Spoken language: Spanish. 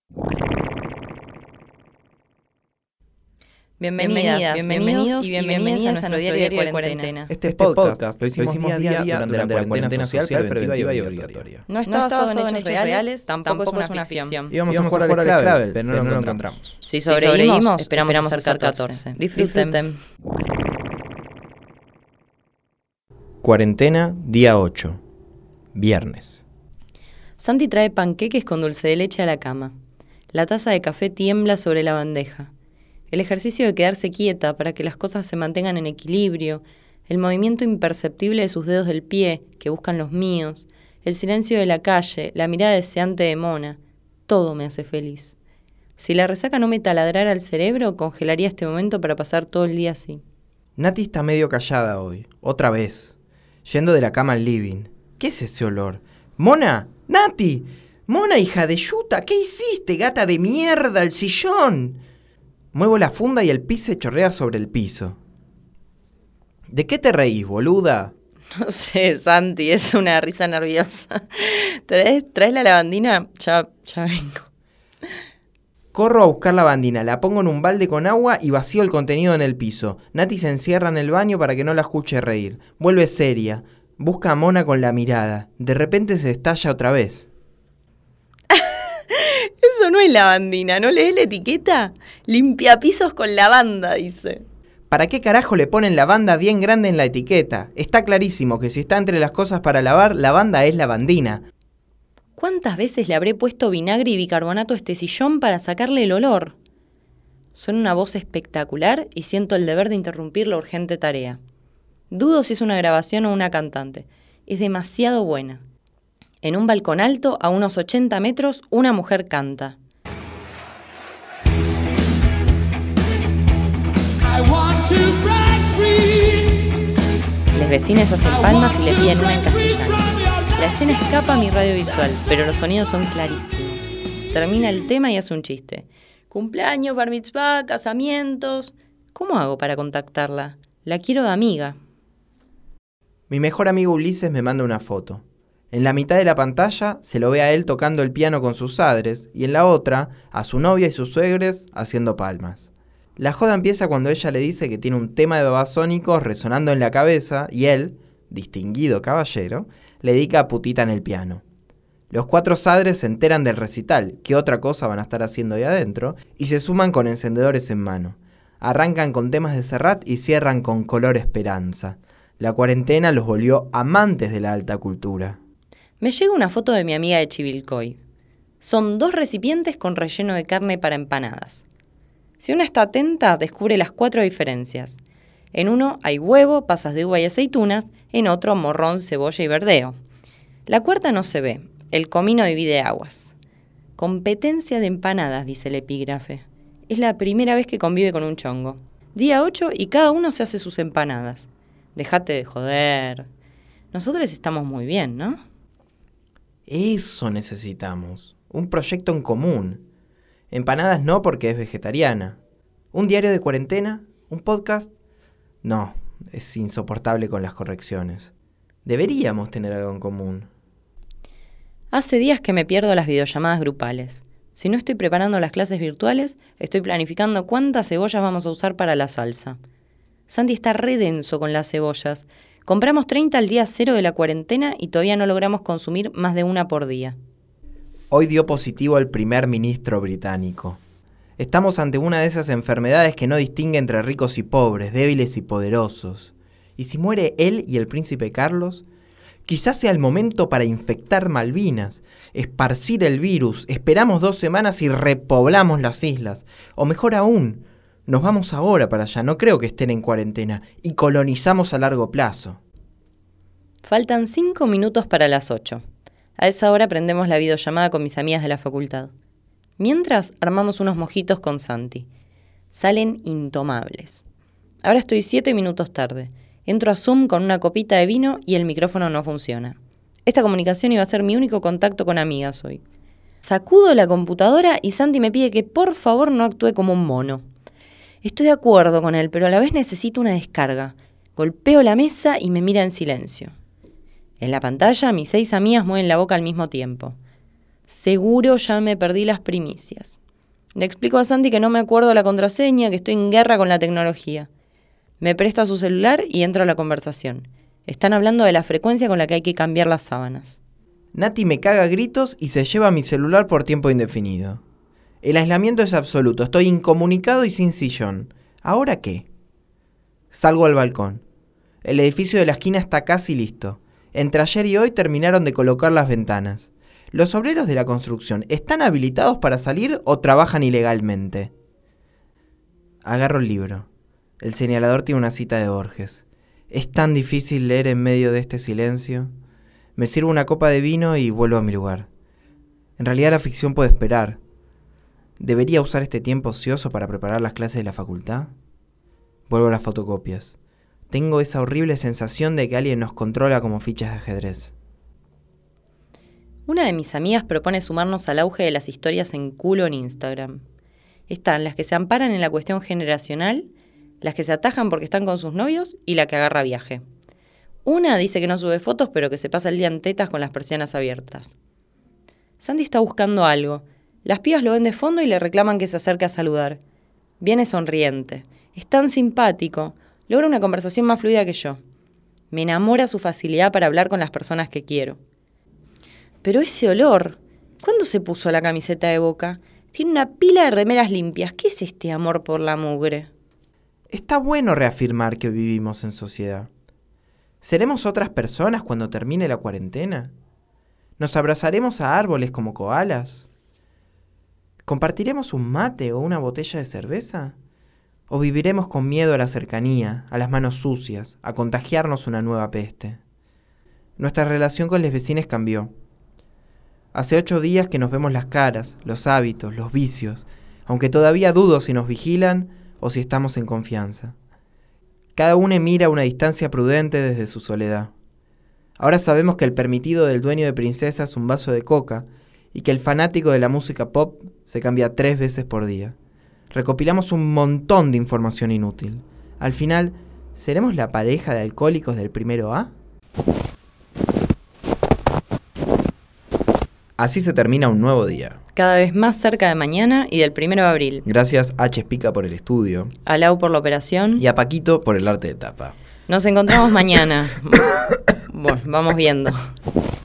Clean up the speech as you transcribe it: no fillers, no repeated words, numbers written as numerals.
Bienvenidas, bienvenidos y bienvenidas a nuestro diario de cuarentena. Este podcast lo hicimos día a día durante la cuarentena social, preventiva y obligatoria. No está basado en hechos reales, tampoco es una ficción. Íbamos a jugar al Scrabble, pero no lo encontramos. Si sobrevivimos, esperamos hacer 14. Disfruten. Cuarentena, día 8. Viernes. Santi trae panqueques con dulce de leche a la cama. La taza de café tiembla sobre la bandeja. El ejercicio de quedarse quieta para que las cosas se mantengan en equilibrio, el movimiento imperceptible de sus dedos del pie, que buscan los míos, el silencio de la calle, la mirada deseante de Mona, todo me hace feliz. Si la resaca no me taladrara el cerebro, congelaría este momento para pasar todo el día así. Nati está medio callada hoy, otra vez, yendo de la cama al living. ¿Qué es ese olor? ¡Mona! ¡Nati! ¡Mona, hija de yuta! ¿Qué hiciste, gata de mierda, el sillón! Muevo la funda y el pis se chorrea sobre el piso. ¿De qué te reís, boluda? No sé, Santi, es una risa nerviosa. ¿Traes la lavandina? Ya vengo. Corro a buscar la lavandina, la pongo en un balde con agua y vacío el contenido en el piso. Nati se encierra en el baño para que no la escuche reír. Vuelve seria. Busca a Mona con la mirada. De repente se estalla otra vez. Eso no es lavandina, ¿no lees la etiqueta? Limpiapisos con lavanda, dice. ¿Para qué carajo le ponen lavanda bien grande en la etiqueta? Está clarísimo que si está entre las cosas para lavar, lavanda es lavandina. ¿Cuántas veces le habré puesto vinagre y bicarbonato a este sillón para sacarle el olor? Suena una voz espectacular y siento el deber de interrumpir la urgente tarea. Dudo si es una grabación o una cantante. Es demasiado buena. En un balcón alto, a unos 80 metros, una mujer canta. Los vecinos hacen palmas y le piden una en castellano. La escena escapa a mi radio visual, pero los sonidos son clarísimos. Termina el tema y hace un chiste. Cumpleaños, bar mitzvah, casamientos. ¿Cómo hago para contactarla? La quiero de amiga. Mi mejor amigo Ulises me manda una foto. En la mitad de la pantalla se lo ve a él tocando el piano con sus padres y en la otra a su novia y sus suegres haciendo palmas. La joda empieza cuando ella le dice que tiene un tema de babasónicos resonando en la cabeza y él, distinguido caballero, le dedica a putita en el piano. Los 4 sadres se enteran del recital, qué otra cosa van a estar haciendo ahí adentro, y se suman con encendedores en mano. Arrancan con temas de Serrat y cierran con Color Esperanza. La cuarentena los volvió amantes de la alta cultura. Me llega una foto de mi amiga de Chivilcoy. Son 2 recipientes con relleno de carne para empanadas. Si uno está atenta, descubre las 4 diferencias. En uno hay huevo, pasas de uva y aceitunas, en otro morrón, cebolla y verdeo. La cuarta no se ve, el comino divide aguas. Competencia de empanadas, dice el epígrafe. Es la primera vez que convive con un chongo. Día 8 y cada uno se hace sus empanadas. Dejate de joder. Nosotros estamos muy bien, ¿no? Eso necesitamos. Un proyecto en común. Empanadas no porque es vegetariana. ¿Un diario de cuarentena? ¿Un podcast? No, es insoportable con las correcciones. Deberíamos tener algo en común. Hace días que me pierdo las videollamadas grupales. Si no estoy preparando las clases virtuales, estoy planificando cuántas cebollas vamos a usar para la salsa. Santi está re denso con las cebollas. Compramos 30 al día 0 de la cuarentena y todavía no logramos consumir más de 1 por día. Hoy dio positivo el primer ministro británico. Estamos ante una de esas enfermedades que no distingue entre ricos y pobres, débiles y poderosos. ¿Y si muere él y el príncipe Carlos? Quizás sea el momento para infectar Malvinas, esparcir el virus, esperamos 2 semanas y repoblamos las islas. O mejor aún, nos vamos ahora para allá, no creo que estén en cuarentena, y colonizamos a largo plazo. Faltan 5 minutos para las 8. A esa hora prendemos la videollamada con mis amigas de la facultad. Mientras, armamos unos mojitos con Santi. Salen intomables. Ahora estoy 7 minutos tarde. Entro a Zoom con una copita de vino y el micrófono no funciona. Esta comunicación iba a ser mi único contacto con amigas hoy. Sacudo la computadora y Santi me pide que por favor no actúe como un mono. Estoy de acuerdo con él, pero a la vez necesito una descarga. Golpeo la mesa y me mira en silencio. En la pantalla, mis 6 amigas mueven la boca al mismo tiempo. Seguro ya me perdí las primicias. Le explico a Santi que no me acuerdo la contraseña, que estoy en guerra con la tecnología. Me presta su celular y entro a la conversación. Están hablando de la frecuencia con la que hay que cambiar las sábanas. Nati me caga a gritos y se lleva mi celular por tiempo indefinido. El aislamiento es absoluto, estoy incomunicado y sin sillón. ¿Ahora qué? Salgo al balcón. El edificio de la esquina está casi listo. Entre ayer y hoy terminaron de colocar las ventanas. ¿Los obreros de la construcción están habilitados para salir o trabajan ilegalmente? Agarro el libro. El señalador tiene una cita de Borges. Es tan difícil leer en medio de este silencio. Me sirvo una copa de vino y vuelvo a mi lugar. En realidad la ficción puede esperar. ¿Debería usar este tiempo ocioso para preparar las clases de la facultad? Vuelvo a las fotocopias. Tengo esa horrible sensación de que alguien nos controla como fichas de ajedrez. Una de mis amigas propone sumarnos al auge de las historias en culo en Instagram. Están las que se amparan en la cuestión generacional, las que se atajan porque están con sus novios y la que agarra viaje. Una dice que no sube fotos pero que se pasa el día en tetas con las persianas abiertas. Santi está buscando algo. Las pibas lo ven de fondo y le reclaman que se acerque a saludar. Viene sonriente. Es tan simpático. Logra una conversación más fluida que yo. Me enamora su facilidad para hablar con las personas que quiero. Pero ese olor, ¿cuándo se puso la camiseta de Boca? Tiene una pila de remeras limpias. ¿Qué es este amor por la mugre? Está bueno reafirmar que vivimos en sociedad. ¿Seremos otras personas cuando termine la cuarentena? ¿Nos abrazaremos a árboles como koalas? ¿Compartiremos un mate o una botella de cerveza? ¿O viviremos con miedo a la cercanía, a las manos sucias, a contagiarnos una nueva peste? Nuestra relación con los vecinos cambió. Hace 8 días que nos vemos las caras, los hábitos, los vicios, aunque todavía dudo si nos vigilan o si estamos en confianza. Cada uno mira a una distancia prudente desde su soledad. Ahora sabemos que el permitido del dueño de princesa es un vaso de coca y que el fanático de la música pop se cambia 3 veces por día. Recopilamos un montón de información inútil. Al final, ¿seremos la pareja de alcohólicos del primero A? Así se termina un nuevo día. Cada vez más cerca de mañana y del 1 de abril. Gracias a Chespica por el estudio. A Lau por la operación. Y a Paquito por el arte de tapa. Nos encontramos mañana. Bueno, vamos viendo.